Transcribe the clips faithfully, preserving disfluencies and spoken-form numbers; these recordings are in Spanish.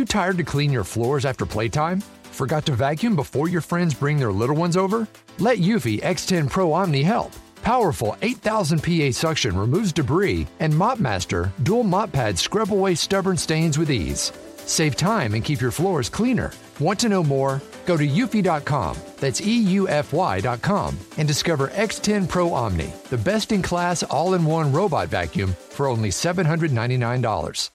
Too tired to clean your floors after playtime? Forgot to vacuum before your friends bring their little ones over? Let Eufy X ten Pro Omni help. Powerful eight thousand P A suction removes debris, and MopMaster dual mop pads scrub away stubborn stains with ease. Save time and keep your floors cleaner. Want to know more? Go to eufy dot com, that's E U F Y dot com, and discover X ten Pro Omni, the best-in-class all-in-one robot vacuum for only seven hundred ninety-nine dollars.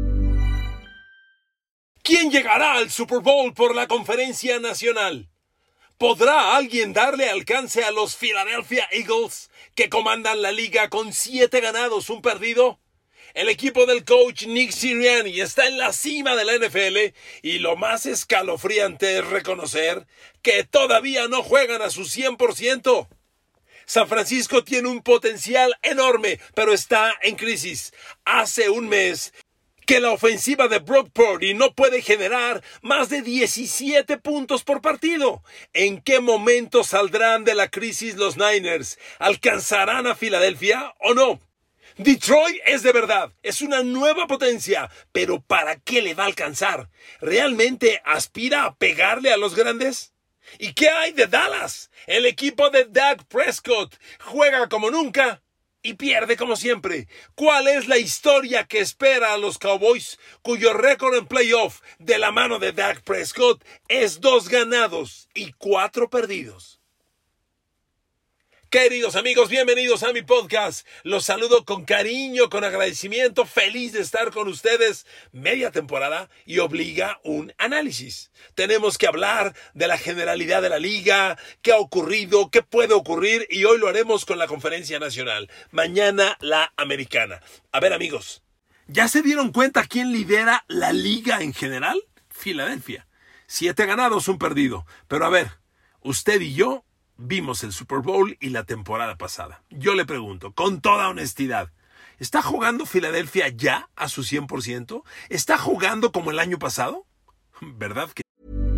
¿Quién llegará al Super Bowl por la Conferencia Nacional? ¿Podrá alguien darle alcance a los Philadelphia Eagles, que comandan la liga con siete ganados, un perdido? El equipo del coach Nick Sirianni está en la cima de la N F L y lo más escalofriante es reconocer que todavía no juegan a su cien por ciento. San Francisco tiene un potencial enorme, pero está en crisis. Hace un mes que la ofensiva de Brock Purdy no puede generar más de diecisiete puntos por partido. ¿En qué momento saldrán de la crisis los Niners? ¿Alcanzarán a Filadelfia o no? Detroit es de verdad, es una nueva potencia, pero ¿para qué le va a alcanzar? ¿Realmente aspira a pegarle a los grandes? ¿Y qué hay de Dallas? El equipo de Dak Prescott juega como nunca y pierde como siempre. ¿Cuál es la historia que espera a los Cowboys, cuyo récord en playoff de la mano de Dak Prescott es dos ganados y cuatro perdidos? Queridos amigos, bienvenidos a mi podcast. Los saludo con cariño, con agradecimiento, feliz de estar con ustedes. Media temporada y obliga un análisis. Tenemos que hablar de la generalidad de la liga, qué ha ocurrido, qué puede ocurrir, y hoy lo haremos con la Conferencia Nacional. Mañana la Americana. A ver, amigos, ¿ya se dieron cuenta quién lidera la liga en general? Filadelfia. Siete ganados, un perdido. Pero a ver, usted y yo vimos el Super Bowl y la temporada pasada. Yo le pregunto, con toda honestidad, ¿está jugando Filadelfia ya a su cien por ciento? ¿Está jugando como el año pasado? ¿Verdad que?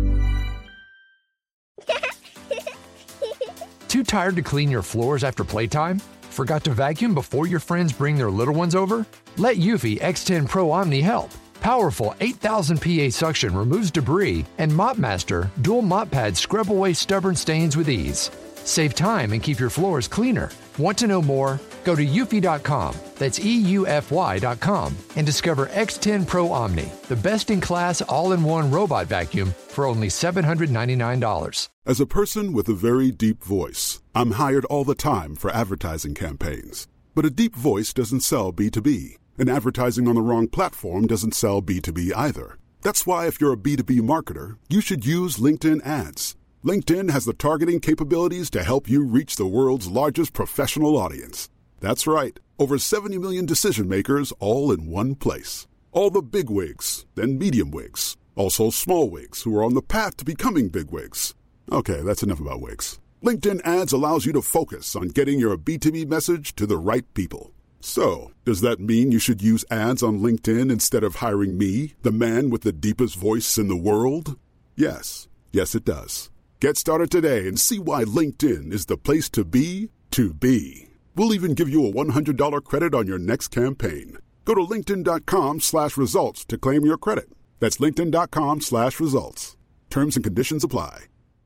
Too tired to clean your floors after playtime? Forgot to vacuum before your friends bring their little ones over? Let Eufy X ten Pro Omni help. Powerful eight thousand P A suction removes debris, and MopMaster dual mop pads scrub away stubborn stains with ease. Save time and keep your floors cleaner. Want to know more? Go to eufy dot com, that's E U F Y dot com, and discover X ten Pro Omni, the best-in-class all-in-one robot vacuum for only seven hundred ninety-nine dollars. As a person with a very deep voice, I'm hired all the time for advertising campaigns. But a deep voice doesn't sell B two B. And advertising on the wrong platform doesn't sell B two B either. That's why if you're a B two B marketer, you should use LinkedIn ads. LinkedIn has the targeting capabilities to help you reach the world's largest professional audience. That's right, over seventy million decision makers all in one place. All the big wigs, then medium wigs. Also small wigs who are on the path to becoming big wigs. Okay, that's enough about wigs. LinkedIn ads allows you to focus on getting your B two B message to the right people. So, does that mean you should use ads on LinkedIn instead of hiring me, the man with the deepest voice in the world? Yes. Yes, it does. Get started today and see why LinkedIn is the place to be to be. We'll even give you a one hundred dollars credit on your next campaign. Go to linkedin dot com slash results to claim your credit. That's linkedin dot com slash results. Terms and conditions apply.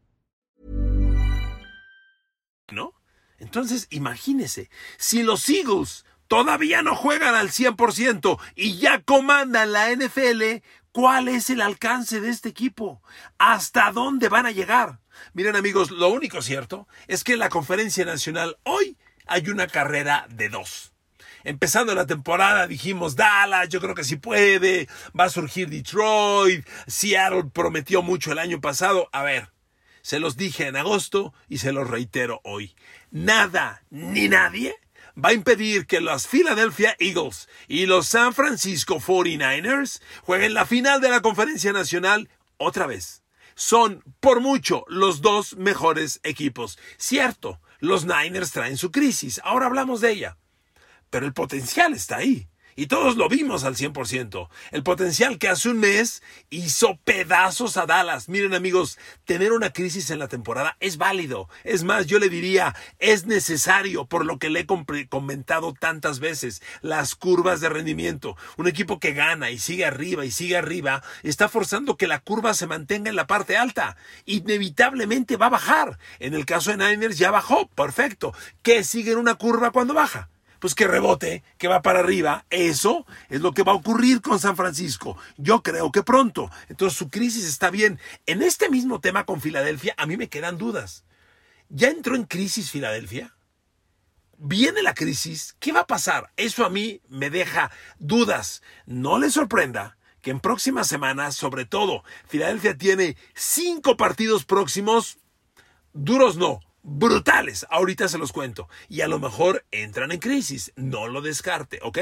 ¿No? Entonces, imagínese, si los Eagles todavía no juegan al cien por ciento y ya comandan la N F L, ¿cuál es el alcance de este equipo? ¿Hasta dónde van a llegar? Miren, amigos, lo único cierto es que en la Conferencia Nacional hoy hay una carrera de dos. Empezando la temporada dijimos, Dallas, yo creo que sí puede, va a surgir Detroit, Seattle prometió mucho el año pasado. A ver, se los dije en agosto y se los reitero hoy. Nada ni nadie va a impedir que los Philadelphia Eagles y los San Francisco cuarenta y nueve ers jueguen la final de la Conferencia Nacional otra vez. Son, por mucho, los dos mejores equipos. Cierto, los Niners traen su crisis, ahora hablamos de ella. Pero el potencial está ahí. Y todos lo vimos al cien por ciento. El potencial que hace un mes hizo pedazos a Dallas. Miren, amigos, tener una crisis en la temporada es válido. Es más, yo le diría, es necesario, por lo que le he comentado tantas veces. Las curvas de rendimiento. Un equipo que gana y sigue arriba y sigue arriba, está forzando que la curva se mantenga en la parte alta. Inevitablemente va a bajar. En el caso de Niners ya bajó. Perfecto. ¿Qué sigue en una curva cuando baja? Pues que rebote, que va para arriba. Eso es lo que va a ocurrir con San Francisco. Yo creo que pronto. Entonces su crisis está bien. En este mismo tema con Filadelfia, a mí me quedan dudas. ¿Ya entró en crisis Filadelfia? Viene la crisis. ¿Qué va a pasar? Eso a mí me deja dudas. No les sorprenda que en próximas semanas, sobre todo, Filadelfia tiene cinco partidos próximos. Duros no. Brutales, ahorita se los cuento. Y a lo mejor entran en crisis. No lo descarte, ¿ok?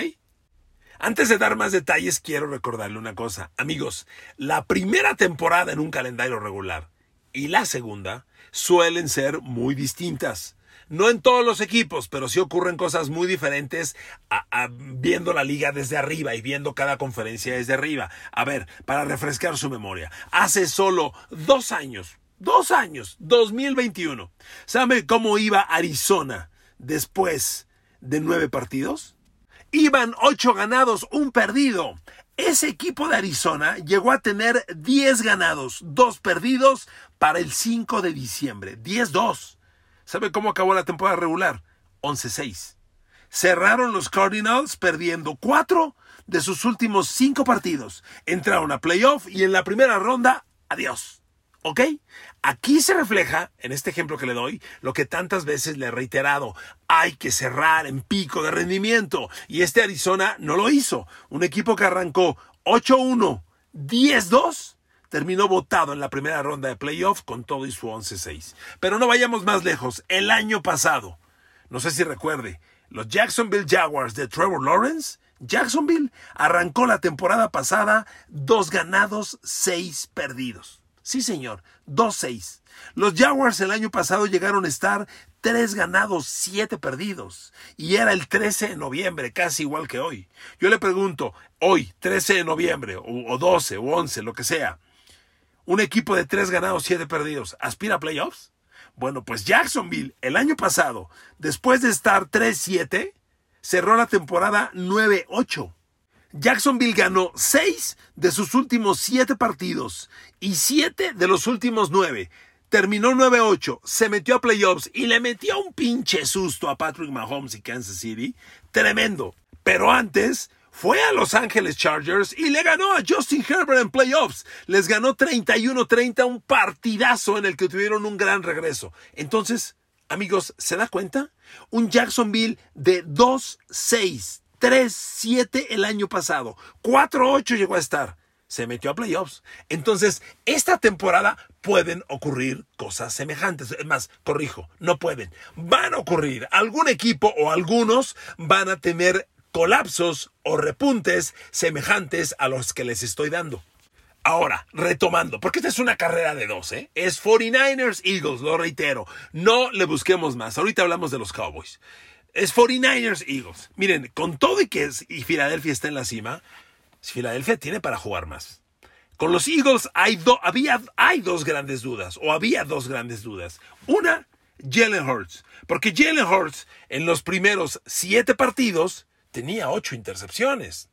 Antes de dar más detalles, quiero recordarle una cosa. Amigos, la primera temporada en un calendario regular y la segunda suelen ser muy distintas. No en todos los equipos, pero sí ocurren cosas muy diferentes a, a, viendo la liga desde arriba y viendo cada conferencia desde arriba. A ver, para refrescar su memoria. Hace solo dos años... Dos años, dos mil veintiuno. ¿Sabe cómo iba Arizona después de nueve partidos? Iban ocho ganados, un perdido. Ese equipo de Arizona llegó a tener diez ganados, dos perdidos para el cinco de diciembre. diez dos. ¿Sabe cómo acabó la temporada regular? once seis. Cerraron los Cardinals perdiendo cuatro de sus últimos cinco partidos. Entraron a playoff y en la primera ronda, adiós. ¿Ok? Aquí se refleja, en este ejemplo que le doy, lo que tantas veces le he reiterado. Hay que cerrar en pico de rendimiento. Y este Arizona no lo hizo. Un equipo que arrancó ocho uno, diez dos, terminó botado en la primera ronda de playoff con todo y su once seis. Pero no vayamos más lejos. El año pasado, no sé si recuerde, los Jacksonville Jaguars de Trevor Lawrence, Jacksonville arrancó la temporada pasada dos ganados, seis perdidos. Sí, señor, dos seis. Los Jaguars el año pasado llegaron a estar tres ganados, siete perdidos. Y era el trece de noviembre, casi igual que hoy. Yo le pregunto, hoy, trece de noviembre, o, o doce, o once, lo que sea, un equipo de tres ganados, siete perdidos, ¿aspira a playoffs? Bueno, pues Jacksonville el año pasado, después de estar tres siete, cerró la temporada nueve ocho. Jacksonville ganó seis de sus últimos siete partidos y siete de los últimos nueve. Terminó nueve ocho, se metió a playoffs y le metió un pinche susto a Patrick Mahomes y Kansas City. Tremendo. Pero antes fue a Los Ángeles Chargers y le ganó a Justin Herbert en playoffs. Les ganó treinta y uno treinta, un partidazo en el que tuvieron un gran regreso. Entonces, amigos, ¿se da cuenta? Un Jacksonville de dos seis. tres siete el año pasado. cuatro ocho llegó a estar. Se metió a playoffs. Entonces, esta temporada pueden ocurrir cosas semejantes. Es más, corrijo, no pueden. Van a ocurrir. Algún equipo o algunos van a tener colapsos o repuntes semejantes a los que les estoy dando. Ahora, retomando, porque esta es una carrera de dos, ¿eh? Es cuarenta y nueve ers Eagles, lo reitero. No le busquemos más. Ahorita hablamos de los Cowboys. Es cuarenta y nueve ers Eagles. Miren, con todo y que es, y Filadelfia está en la cima, Filadelfia tiene para jugar más. Con los Eagles hay, do, había, hay dos grandes dudas, o había dos grandes dudas. Una, Jalen Hurts. Porque Jalen Hurts en los primeros siete partidos tenía ocho intercepciones.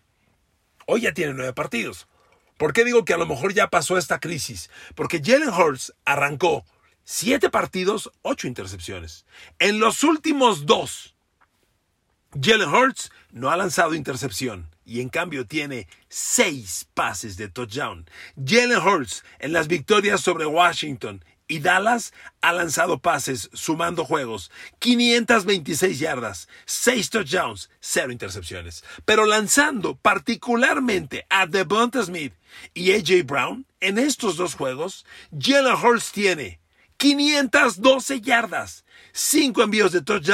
Hoy ya tiene nueve partidos. ¿Por qué digo que a lo mejor ya pasó esta crisis? Porque Jalen Hurts arrancó siete partidos, ocho intercepciones. En los últimos dos, Jalen Hurts no ha lanzado intercepción y en cambio tiene seis pases de touchdown. Jalen Hurts en las victorias sobre Washington y Dallas ha lanzado pases sumando juegos, quinientas veintiséis yardas, seis touchdowns, cero intercepciones. Pero lanzando particularmente a Devonta Smith y A J Brown, en estos dos juegos, Jalen Hurts tiene quinientas doce yardas, cinco envíos de touchdown,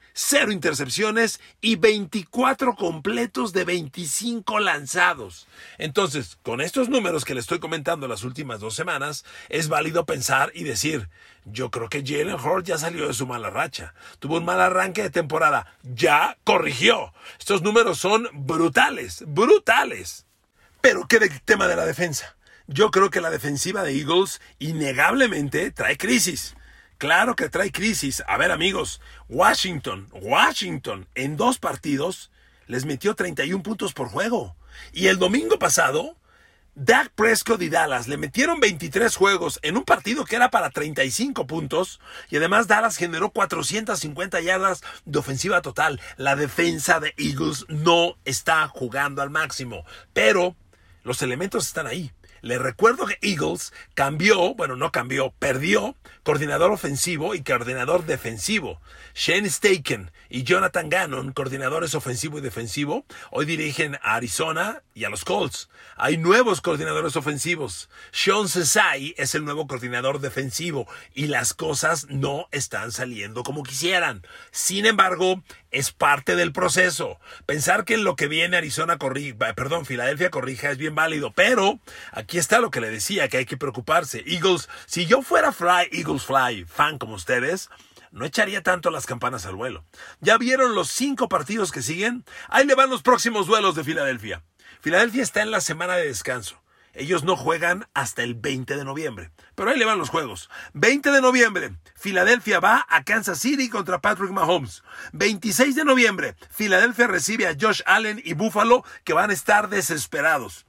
cero intercepciones y veinticuatro completos de veinticinco lanzados. Entonces, con estos números que le estoy comentando las últimas dos semanas, es válido pensar y decir, yo creo que Jalen Hurts ya salió de su mala racha. Tuvo un mal arranque de temporada. Ya corrigió. Estos números son brutales, brutales. Pero, ¿qué del tema de la defensa? Yo creo que la defensiva de Eagles innegablemente trae crisis. Claro que trae crisis. A ver, amigos, Washington, Washington en dos partidos les metió treinta y un puntos por juego. Y el domingo pasado, Dak Prescott y Dallas le metieron veintitrés juegos en un partido que era para treinta y cinco puntos. Y además Dallas generó cuatrocientas cincuenta yardas de ofensiva total. La defensa de Eagles no está jugando al máximo. Pero los elementos están ahí. Les recuerdo que Eagles cambió, bueno, no cambió, perdió coordinador ofensivo y coordinador defensivo. Shane Steichen y Jonathan Gannon, coordinadores ofensivo y defensivo, hoy dirigen a Arizona y a los Colts. Hay nuevos coordinadores ofensivos. Sean Desai es el nuevo coordinador defensivo y las cosas no están saliendo como quisieran. Sin embargo, es parte del proceso. Pensar que en lo que viene Arizona corrija, perdón, Filadelfia corrija es bien válido, pero aquí está lo que le decía, que hay que preocuparse. Eagles, si yo fuera Fly, Eagles Fly, fan como ustedes, no echaría tanto las campanas al vuelo. ¿Ya vieron los cinco partidos que siguen? Ahí le van los próximos duelos de Filadelfia. Filadelfia está en la semana de descanso. Ellos no juegan hasta el veinte de noviembre. Pero ahí le van los juegos. veinte de noviembre, Filadelfia va a Kansas City contra Patrick Mahomes. veintiséis de noviembre, Filadelfia recibe a Josh Allen y Buffalo, que van a estar desesperados.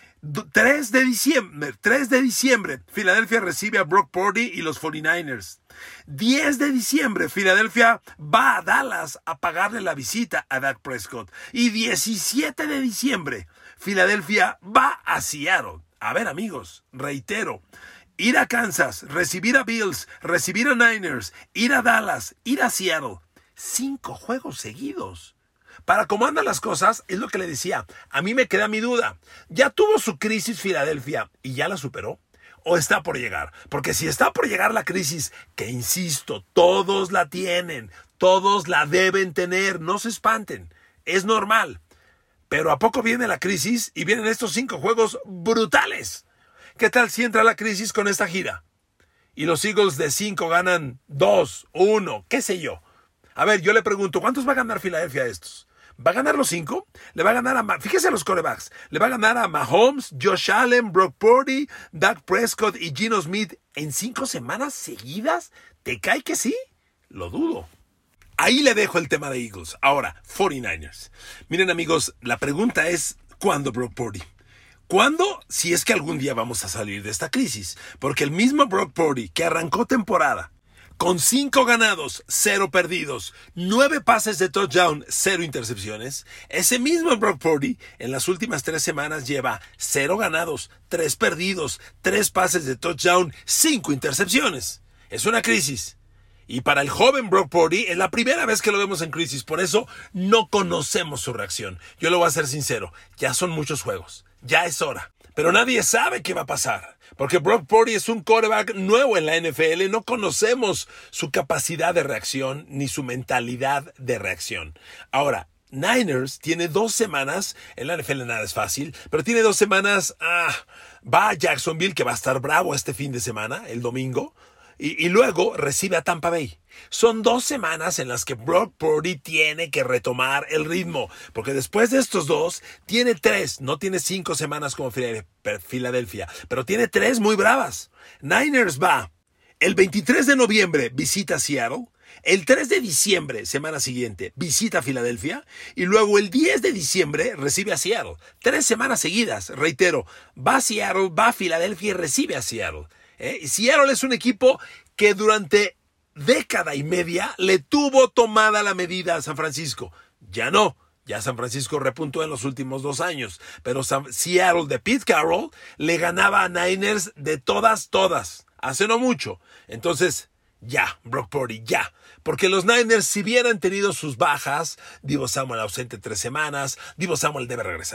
tres de diciembre, tres de diciembre, Filadelfia recibe a Brock Purdy y los cuarenta y nueve ers. diez de diciembre, Filadelfia va a Dallas a pagarle la visita a Dak Prescott. Y diecisiete de diciembre, Filadelfia va a Seattle. A ver, amigos, reitero, ir a Kansas, recibir a Bills, recibir a Niners, ir a Dallas, ir a Seattle. Cinco juegos seguidos. Para cómo andan las cosas, es lo que le decía. A mí me queda mi duda. ¿Ya tuvo su crisis Filadelfia y ya la superó? ¿O está por llegar? Porque si está por llegar la crisis, que insisto, todos la tienen, todos la deben tener, no se espanten, es normal. Pero ¿a poco viene la crisis y vienen estos cinco juegos brutales? ¿Qué tal si entra la crisis con esta gira? Y los Eagles de cinco ganan dos, uno, qué sé yo. A ver, yo le pregunto, ¿cuántos va a ganar Filadelfia a estos? ¿Va a ganar los cinco? Le va a ganar a... Fíjese a los quarterbacks. Le va a ganar a Mahomes, Josh Allen, Brock Purdy, Dak Prescott y Geno Smith en cinco semanas seguidas. ¿Te cae que sí? Lo dudo. Ahí le dejo el tema de Eagles. Ahora, cuarenta y nueve ers. Miren, amigos, la pregunta es, ¿cuándo Brock Purdy? ¿Cuándo? Si es que algún día vamos a salir de esta crisis. Porque el mismo Brock Purdy que arrancó temporada con cinco ganados, cero perdidos, nueve pases de touchdown, cero intercepciones, ese mismo Brock Purdy en las últimas tres semanas lleva cero ganados, tres perdidos, tres pases de touchdown, cinco intercepciones. Es una crisis. Y para el joven Brock Purdy es la primera vez que lo vemos en crisis, por eso no conocemos su reacción. Yo le voy a ser sincero, ya son muchos juegos, ya es hora. Pero nadie sabe qué va a pasar, porque Brock Purdy es un quarterback nuevo en la N F L, no conocemos su capacidad de reacción ni su mentalidad de reacción. Ahora, Niners tiene dos semanas, en la N F L nada es fácil, pero tiene dos semanas, ah, va a Jacksonville, que va a estar bravo este fin de semana, el domingo, y, y luego recibe a Tampa Bay. Son dos semanas en las que Brock Purdy tiene que retomar el ritmo, porque después de estos dos, tiene tres, no tiene cinco semanas como Filadelfia, pero tiene tres muy bravas. Niners va el veintitrés de noviembre, visita Seattle, el tres de diciembre, semana siguiente, visita Filadelfia, y luego el diez de diciembre recibe a Seattle. Tres semanas seguidas, reitero, va a Seattle, va a Filadelfia y recibe a Seattle. ¿Eh? Seattle es un equipo que durante década y media le tuvo tomada la medida a San Francisco. Ya no, ya San Francisco repuntó en los últimos dos años, pero San, Seattle de Pete Carroll le ganaba a Niners de todas, todas, hace no mucho. Entonces, ya, Brock Purdy, ya. Porque los Niners, si bien han tenido sus bajas, Deebo Samuel ausente tres semanas, Deebo Samuel debe regresar.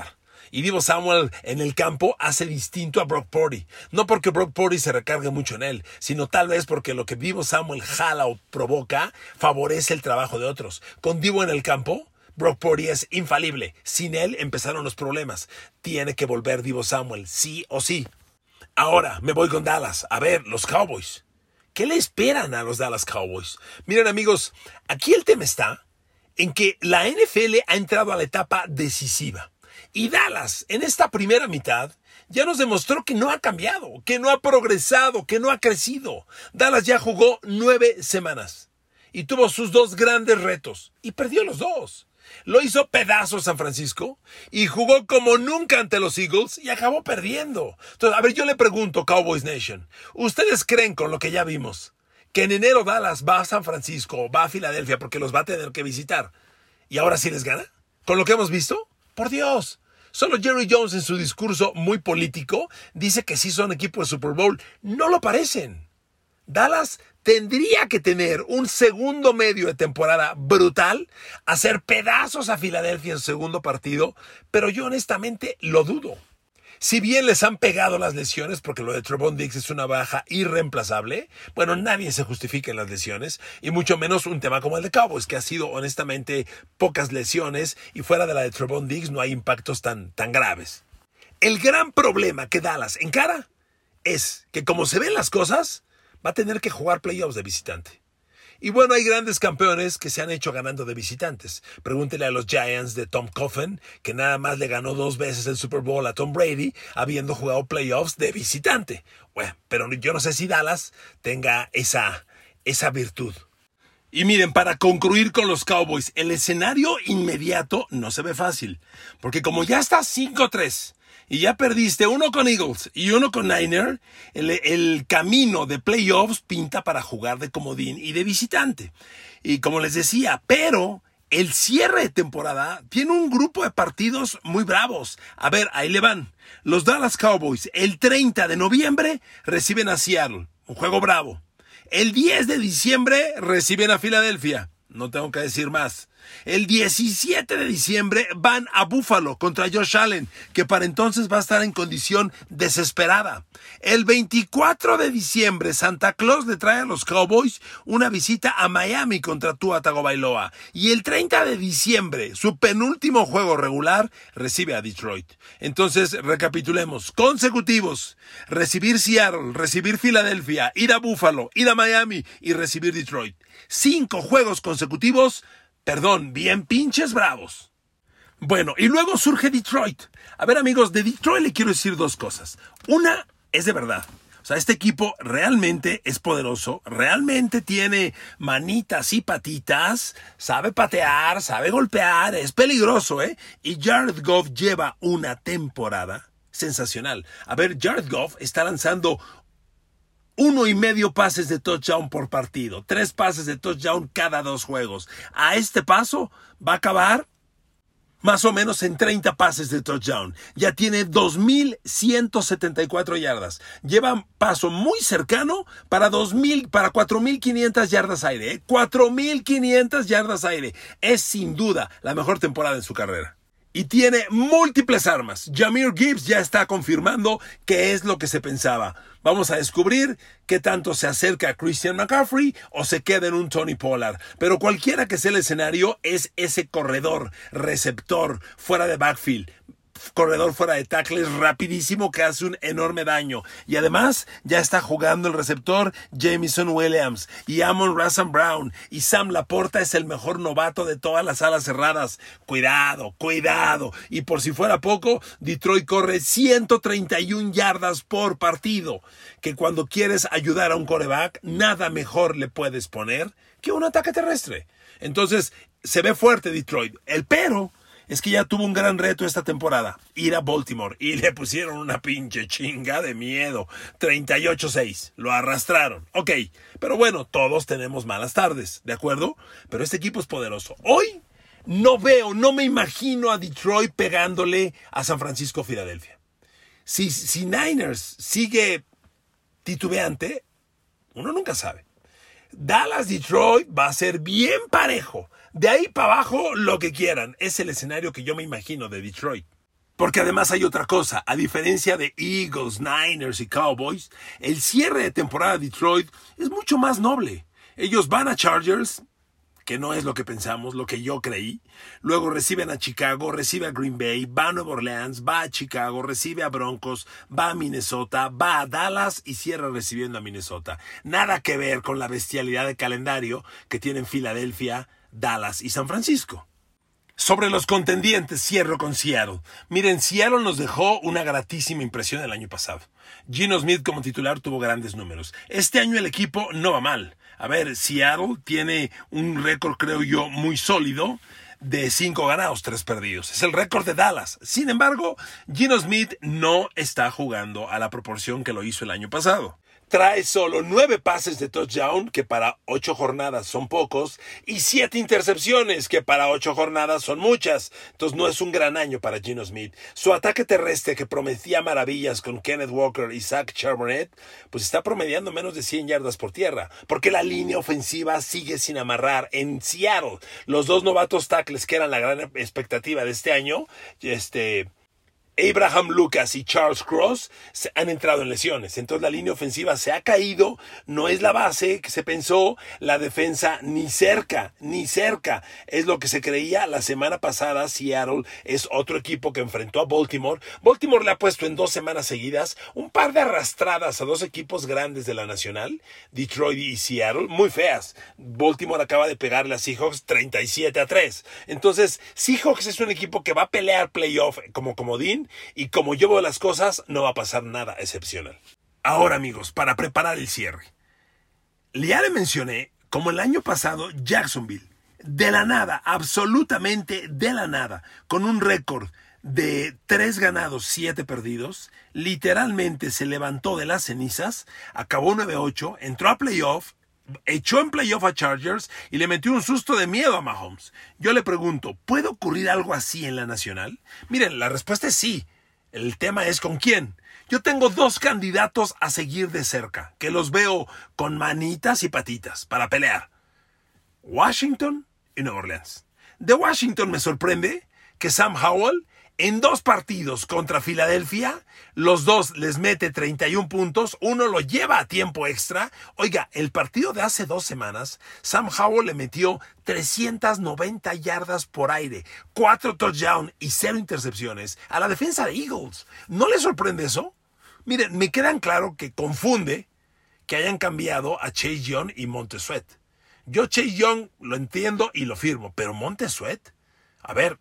Y Deebo Samuel en el campo hace distinto a Brock Purdy. No porque Brock Purdy se recargue mucho en él, sino tal vez porque lo que Deebo Samuel jala o provoca favorece el trabajo de otros. Con Deebo en el campo, Brock Purdy es infalible. Sin él empezaron los problemas. Tiene que volver Deebo Samuel, sí o sí. Ahora me voy con Dallas. A ver, los Cowboys. ¿Qué le esperan a los Dallas Cowboys? Miren, amigos, aquí el tema está en que la N F L ha entrado a la etapa decisiva. Y Dallas, en esta primera mitad, ya nos demostró que no ha cambiado, que no ha progresado, que no ha crecido. Dallas ya jugó nueve semanas y tuvo sus dos grandes retos y perdió los dos. Lo hizo pedazos San Francisco y jugó como nunca ante los Eagles y acabó perdiendo. Entonces, a ver, yo le pregunto, Cowboys Nation, ¿ustedes creen con lo que ya vimos que en enero Dallas va a San Francisco, va a Filadelfia porque los va a tener que visitar y ahora sí les gana? ¿Con lo que hemos visto? Por Dios. Solo Jerry Jones en su discurso muy político dice que sí son equipo de Super Bowl. No lo parecen. Dallas tendría que tener un segundo medio de temporada brutal, hacer pedazos a Filadelfia en su segundo partido, pero yo honestamente lo dudo. Si bien les han pegado las lesiones, porque lo de Trevon Diggs es una baja irreemplazable, bueno, nadie se justifica en las lesiones, y mucho menos un tema como el de Cowboys, que ha sido honestamente pocas lesiones, y fuera de la de Trevon Diggs no hay impactos tan, tan graves. El gran problema que Dallas encara es que como se ven las cosas, va a tener que jugar playoffs de visitante. Y bueno, hay grandes campeones que se han hecho ganando de visitantes. Pregúntele a los Giants de Tom Coughlin, que nada más le ganó dos veces el Super Bowl a Tom Brady, habiendo jugado playoffs de visitante. Bueno, pero yo no sé si Dallas tenga esa, esa virtud. Y miren, para concluir con los Cowboys, el escenario inmediato no se ve fácil. Porque como ya está cinco tres y ya perdiste uno con Eagles y uno con Niners, el, el camino de playoffs pinta para jugar de comodín y de visitante. Y como les decía, pero el cierre de temporada tiene un grupo de partidos muy bravos. A ver, ahí le van. Los Dallas Cowboys el treinta de noviembre reciben a Seattle, un juego bravo. El diez de diciembre reciben a Filadelfia. No tengo que decir más. El diecisiete de diciembre van a Buffalo contra Josh Allen, que para entonces va a estar en condición desesperada. El veinticuatro de diciembre Santa Claus le trae a los Cowboys una visita a Miami contra Tua Tagovailoa. Y el treinta de diciembre, su penúltimo juego regular, recibe a Detroit. Entonces, recapitulemos. Consecutivos. Recibir Seattle, recibir Filadelfia, ir a Buffalo, ir a Miami y recibir Detroit. Cinco juegos consecutivos. Perdón, bien pinches bravos. Bueno, y luego surge Detroit. A ver, amigos, de Detroit le quiero decir dos cosas. Una es de verdad. O sea, este equipo realmente es poderoso, realmente tiene manitas y patitas, sabe patear, sabe golpear, es peligroso, ¿eh? Y Jared Goff lleva una temporada sensacional. A ver, Jared Goff está lanzando uno y medio pases de touchdown por partido. Tres pases de touchdown cada dos juegos. A este paso va a acabar más o menos en treinta pases de touchdown. Ya tiene dos mil ciento setenta y cuatro yardas. Lleva un paso muy cercano para dos mil, para cuatro mil quinientas yardas aire. ¿eh? cuatro mil quinientas yardas aire. Es sin duda la mejor temporada en su carrera. Y tiene múltiples armas. Jahmyr Gibbs ya está confirmando que es lo que se pensaba. Vamos a descubrir qué tanto se acerca a Christian McCaffrey o se queda en un Tony Pollard. Pero cualquiera que sea el escenario es ese corredor, receptor, fuera de backfield, corredor fuera de tackles rapidísimo que hace un enorme daño. Y además ya está jugando el receptor Jameson Williams y Amon-Ra Saint Brown. Y Sam Laporta es el mejor novato de todas las alas cerradas. Cuidado, cuidado. Y por si fuera poco, Detroit corre ciento treinta y una yardas por partido. Que cuando quieres ayudar a un quarterback, nada mejor le puedes poner que un ataque terrestre. Entonces, se ve fuerte Detroit. El pero es que ya tuvo un gran reto esta temporada, ir a Baltimore, y le pusieron una pinche chinga de miedo, treinta y ocho seis, lo arrastraron, ok, pero bueno, todos tenemos malas tardes, ¿de acuerdo? Pero este equipo es poderoso. Hoy no veo, no me imagino a Detroit pegándole a San Francisco o Filadelfia. Si, si Niners sigue titubeante, uno nunca sabe. Dallas-Detroit va a ser bien parejo. De ahí para abajo, lo que quieran. Es el escenario que yo me imagino de Detroit. Porque además hay otra cosa, a diferencia de Eagles, Niners y Cowboys, el cierre de temporada de Detroit es mucho más noble. Ellos van a Chargers, que no es lo que pensamos, lo que yo creí. Luego reciben a Chicago, recibe a Green Bay, va a Nueva Orleans, va a Chicago, recibe a Broncos, va a Minnesota, va a Dallas y cierra recibiendo a Minnesota. Nada que ver con la bestialidad de calendario que tienen Filadelfia, Dallas y San Francisco. Sobre los contendientes, cierro con Seattle. Miren, Seattle nos dejó una gratísima impresión el año pasado. Geno Smith como titular tuvo grandes números. Este año el equipo no va mal. A ver, Seattle tiene un récord, creo yo, muy sólido de cinco ganados, tres perdidos. Es el récord de Dallas. Sin embargo, Geno Smith no está jugando a la proporción que lo hizo el año pasado. Trae solo nueve pases de touchdown, que para ocho jornadas son pocos, y siete intercepciones, que para ocho jornadas son muchas. Entonces no es un gran año para Geno Smith. Su ataque terrestre, que prometía maravillas con Kenneth Walker y Zach Charbonnet, pues está promediando menos de cien yardas por tierra, porque la línea ofensiva sigue sin amarrar en Seattle. Los dos novatos tackles, que eran la gran expectativa de este año, este... Abraham Lucas y Charles Cross se han entrado en lesiones. Entonces la línea ofensiva se ha caído. No es la base que se pensó. La defensa ni cerca, ni cerca. Es lo que se creía la semana pasada. Seattle es otro equipo que enfrentó a Baltimore. Baltimore le ha puesto en dos semanas seguidas un par de arrastradas a dos equipos grandes de la Nacional, Detroit y Seattle, muy feas. Baltimore acaba de pegarle a Seahawks treinta y siete a tres. Entonces Seahawks es un equipo que va a pelear playoff como comodín. Y como yo veo las cosas, no va a pasar nada excepcional. Ahora, amigos, para preparar el cierre. Ya le mencioné, como el año pasado, Jacksonville, de la nada, absolutamente de la nada, con un récord de tres ganados, siete perdidos, literalmente se levantó de las cenizas, acabó nueve ocho, entró a playoff, echó en playoff a Chargers y le metió un susto de miedo a Mahomes. Yo le pregunto, ¿puede ocurrir algo así en la Nacional? Miren, la respuesta es sí. El tema es ¿con quién? Yo tengo dos candidatos a seguir de cerca, que los veo con manitas y patitas para pelear. Washington y Nueva Orleans. De Washington me sorprende que Sam Howell, en dos partidos contra Filadelfia, los dos les mete treinta y un puntos, uno lo lleva a tiempo extra. Oiga, el partido de hace dos semanas, Sam Howell le metió trescientas noventa yardas por aire, cuatro touchdowns y cero intercepciones a la defensa de Eagles. ¿No le sorprende eso? Miren, me quedan claro que confunde que hayan cambiado a Chase Young y Montez Sweat. Yo Chase Young lo entiendo y lo firmo, pero Montez Sweat, a ver,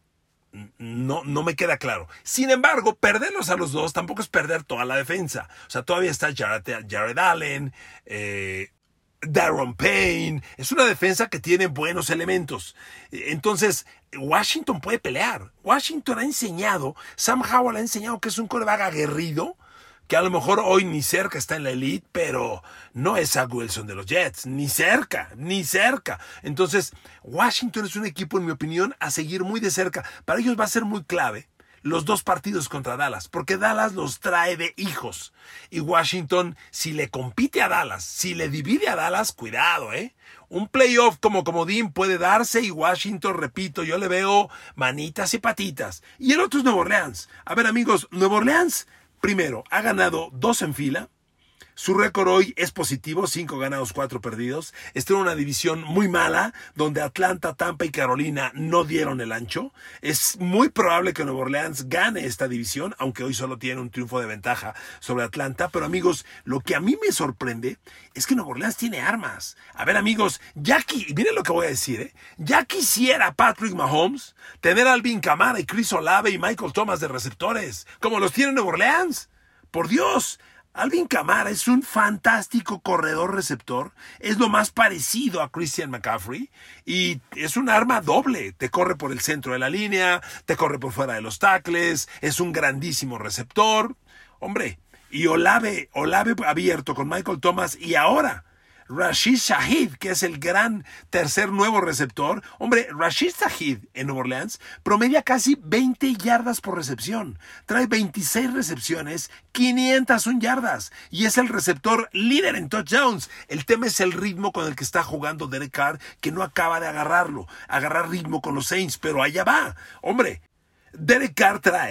No, no me queda claro. Sin embargo, perderlos a los dos tampoco es perder toda la defensa. O sea, todavía está Jared, Jared Allen, eh, Daron Payne. Es una defensa que tiene buenos elementos. Entonces, Washington puede pelear. Washington ha enseñado, Sam Howell ha enseñado que es un quarterback aguerrido, que a lo mejor hoy ni cerca está en la elite, pero no es Zach Wilson de los Jets, ni cerca, ni cerca. Entonces, Washington es un equipo, en mi opinión, a seguir muy de cerca. Para ellos va a ser muy clave los dos partidos contra Dallas, porque Dallas los trae de hijos. Y Washington, si le compite a Dallas, si le divide a Dallas, cuidado, ¿eh? Un playoff como comodín puede darse y Washington, repito, yo le veo manitas y patitas. Y el otro es Nueva Orleans. A ver, amigos, Nueva Orleans... Primero, ha ganado dos en fila. Su récord hoy es positivo, cinco ganados, cuatro perdidos. Está en una división muy mala, donde Atlanta, Tampa y Carolina no dieron el ancho. Es muy probable que Nueva Orleans gane esta división, aunque hoy solo tiene un triunfo de ventaja sobre Atlanta. Pero amigos, lo que a mí me sorprende es que Nueva Orleans tiene armas. A ver, amigos, ya qui- miren lo que voy a decir, ¿eh? Ya quisiera Patrick Mahomes tener a Alvin Kamara y Chris Olave y Michael Thomas de receptores, como los tiene Nueva Orleans. Por Dios, Alvin Kamara es un fantástico corredor receptor, es lo más parecido a Christian McCaffrey y es un arma doble, te corre por el centro de la línea, te corre por fuera de los tackles, es un grandísimo receptor, hombre, y Olave, Olave abierto con Michael Thomas y ahora Rashid Shaheed, que es el gran tercer nuevo receptor. Hombre, Rashid Shaheed en Nueva Orleans promedia casi veinte yardas por recepción. Trae veintiséis recepciones, quinientas una yardas. Y es el receptor líder en touchdowns. El tema es el ritmo con el que está jugando Derek Carr, que no acaba de agarrarlo. Agarrar ritmo con los Saints, pero allá va. Hombre, Derek Carr trae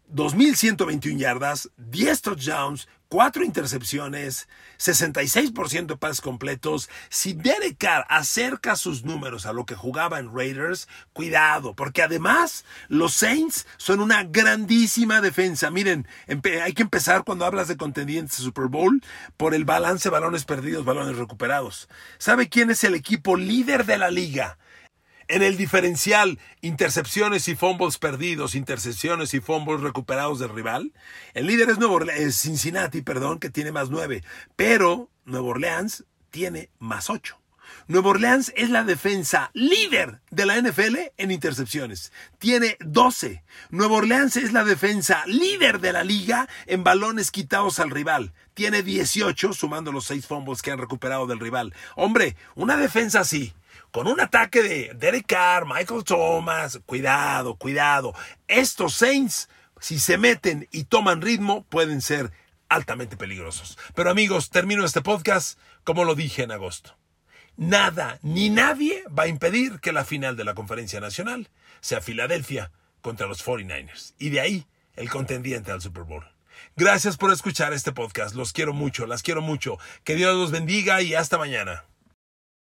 dos mil ciento veintiuna yardas, diez touchdowns, cuatro intercepciones, sesenta y seis por ciento de pases completos. Si Derek Carr acerca sus números a lo que jugaba en Raiders, cuidado, porque además los Saints son una grandísima defensa. Miren, hay que empezar cuando hablas de contendientes de Super Bowl por el balance balones perdidos, balones recuperados. ¿Sabe quién es el equipo líder de la liga en el diferencial intercepciones y fumbles perdidos, intercepciones y fumbles recuperados del rival? El líder es Nuevo Orleans, es Cincinnati, perdón, que tiene más nueve, pero Nueva Orleans tiene más ocho. Nueva Orleans es la defensa líder de la N F L en intercepciones. Tiene doce. Nueva Orleans es la defensa líder de la liga en balones quitados al rival. Tiene dieciocho, sumando los seis fumbles que han recuperado del rival. Hombre, una defensa así, con un ataque de Derek Carr, Michael Thomas, cuidado, cuidado. Estos Saints, si se meten y toman ritmo, pueden ser altamente peligrosos. Pero amigos, termino este podcast como lo dije en agosto. Nada ni nadie va a impedir que la final de la Conferencia Nacional sea Filadelfia contra los cuarenta y nueve ers. Y de ahí el contendiente al Super Bowl. Gracias por escuchar este podcast. Los quiero mucho, las quiero mucho. Que Dios los bendiga y hasta mañana.